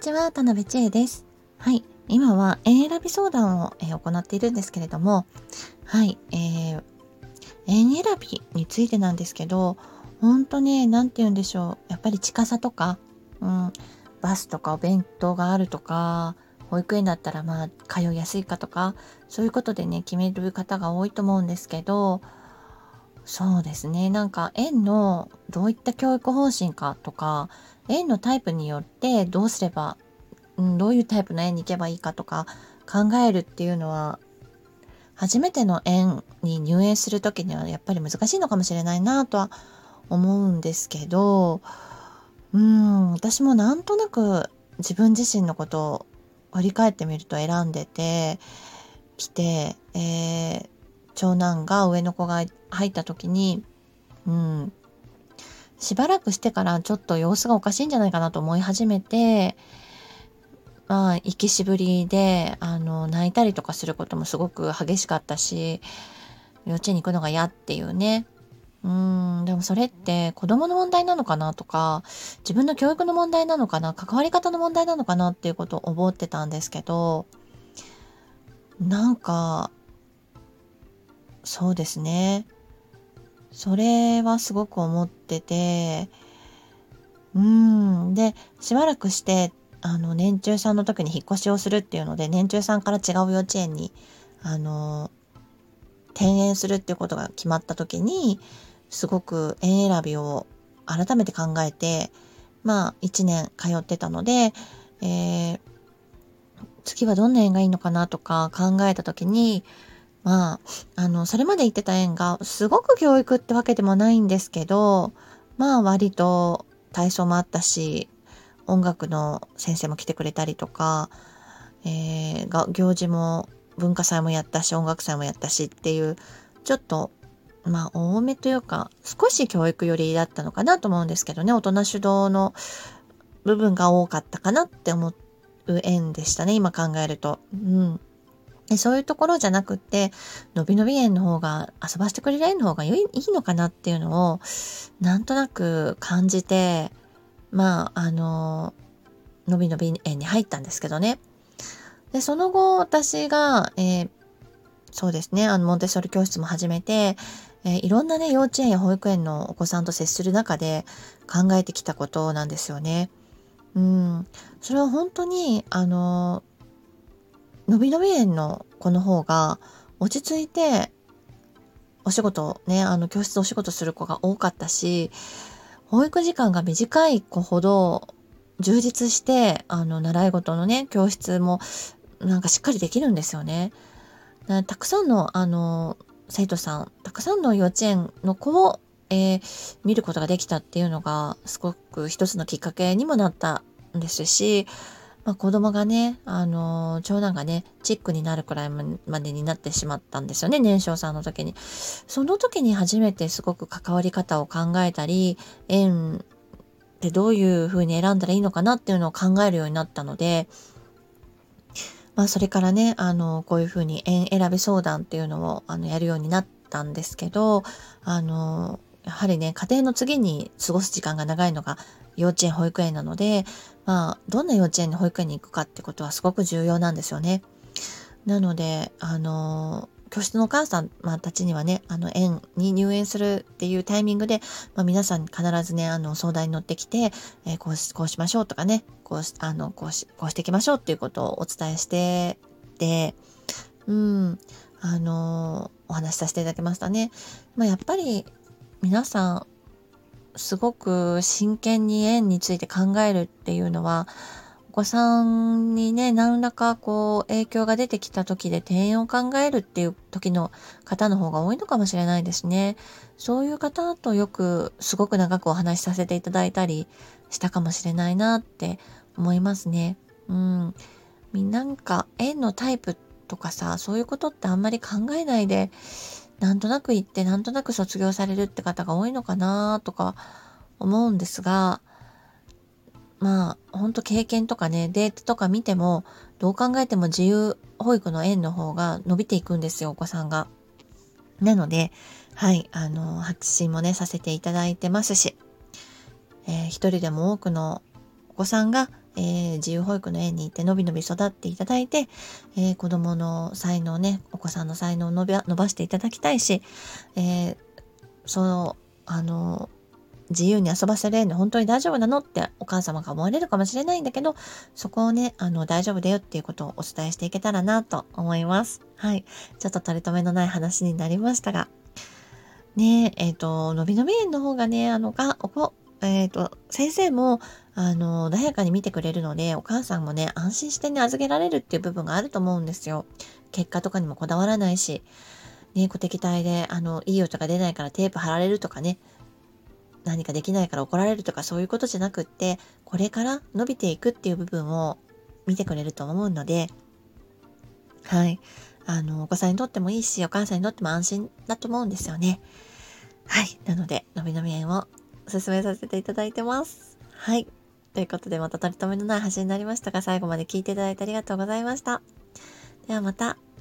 ちは、田辺千恵です。はい、今は園選び相談を、行っているんですけれども、はい、園選びについてなんですけど、本当ね、なんて言うんでしょう、やっぱり近さとか、バスとかお弁当があるとか、保育園だったら通いやすいかとか、そういうことでね、決める方が多いと思うんですけど、そうですね。園のどういった教育方針かとか、園のタイプによってどうすれば、どういうタイプの園に行けばいいかとか考えるっていうのは、初めての園に入園するときにはやっぱり難しいのかもしれないなとは思うんですけど、私もなんとなく自分自身のことを振り返ってみると選んでてきて、長男が上の子が入った時に、しばらくしてからちょっと様子がおかしいんじゃないかなと思い始めて、行きしぶりで、泣いたりとかすることもすごく激しかったし、幼稚園に行くのが嫌っていうね。でもそれって子供の問題なのかなとか、自分の教育の問題なのかな、関わり方の問題なのかなっていうことを思ってたんですけど、なんか、そうですね。それはすごく思ってて、で、しばらくして、年中さんの時に引っ越しをするっていうので、年中さんから違う幼稚園に、あの、転園するっていうことが決まった時に、すごく園選びを改めて考えて、1年通ってたので、えー次はどんな園がいいのかなとか考えた時に、それまで行ってた園がすごく教育ってわけでもないんですけど、割と体操もあったし、音楽の先生も来てくれたりとか、行事も文化祭もやったし、音楽祭もやったしっていう、ちょっと、多めというか、少し教育寄りだったのかなと思うんですけどね、大人主導の部分が多かったかなって思う園でしたね、今考えると。でそういうところじゃなくって、のびのび園の方が、遊ばせてくれる園の方がいいのかなっていうのを、なんとなく感じて、のびのび園に入ったんですけどね。で、その後、私が、そうですね、モンテッソーリ教室も始めて、いろんなね、幼稚園や保育園のお子さんと接する中で考えてきたことなんですよね。それは本当に、のびのび園の子の方が落ち着いてお仕事ね、教室でお仕事する子が多かったし、保育時間が短い子ほど充実して、習い事のね、教室もしっかりできるんですよね。たくさんの、生徒さん、たくさんの幼稚園の子を、見ることができたっていうのが、すごく一つのきっかけにもなったんですし、子供がね、長男がね、チックになるくらいまでになってしまったんですよね、年少さんの時に。その時に初めてすごく関わり方を考えたり、園ってどういう風に選んだらいいのかなっていうのを考えるようになったので、それからね、こういう風に園選び相談っていうのを、やるようになったんですけど、やはりね、家庭の次に過ごす時間が長いのが幼稚園、保育園なので、どんな幼稚園に保育園に行くかってことはすごく重要なんですよね。なので、教室のお母さん、たちにはね、園に入園するっていうタイミングで、皆さん必ずね、相談に乗ってきて、こうしましょうとかね、こうしていきましょうっていうことをお伝えしてて、お話しさせていただきましたね。やっぱり皆さん、すごく真剣に園について考えるっていうのは、お子さんにね、何らか影響が出てきた時で転園を考えるっていう時の方の方が多いのかもしれないですね。そういう方とよくすごく長くお話しさせていただいたりしたかもしれないなって思いますね。園のタイプとかさ、そういうことってあんまり考えないで、なんとなく行ってなんとなく卒業されるって方が多いのかなとか思うんですが、ほんと経験とかね、データとか見ても、どう考えても自由保育の園の方が伸びていくんですよ、お子さんが。なので、はい、発信もね、させていただいてますし、一人でも多くのお子さんが自由保育の園に行ってのびのび育っていただいて、子供の才能ね、お子さんの才能を伸ばしていただきたいし、自由に遊ばせる園で本当に大丈夫なのってお母様が思われるかもしれないんだけど、そこをね、大丈夫だよっていうことをお伝えしていけたらなと思います。はい。ちょっと取り留めのない話になりましたが、ねのびのび園の方がね、先生も、穏やかに見てくれるので、お母さんもね、安心してね、預けられるっていう部分があると思うんですよ。結果とかにもこだわらないし、ね、小敵隊で、いい音が出ないからテープ貼られるとかね、何かできないから怒られるとかそういうことじゃなくって、これから伸びていくっていう部分を見てくれると思うので、はい。お子さんにとってもいいし、お母さんにとっても安心だと思うんですよね。はい。なので、のびのび園をお勧めさせていただいてます。はい。ということで、また取り留めのない話になりましたが、最後まで聞いていただいてありがとうございました。ではまた。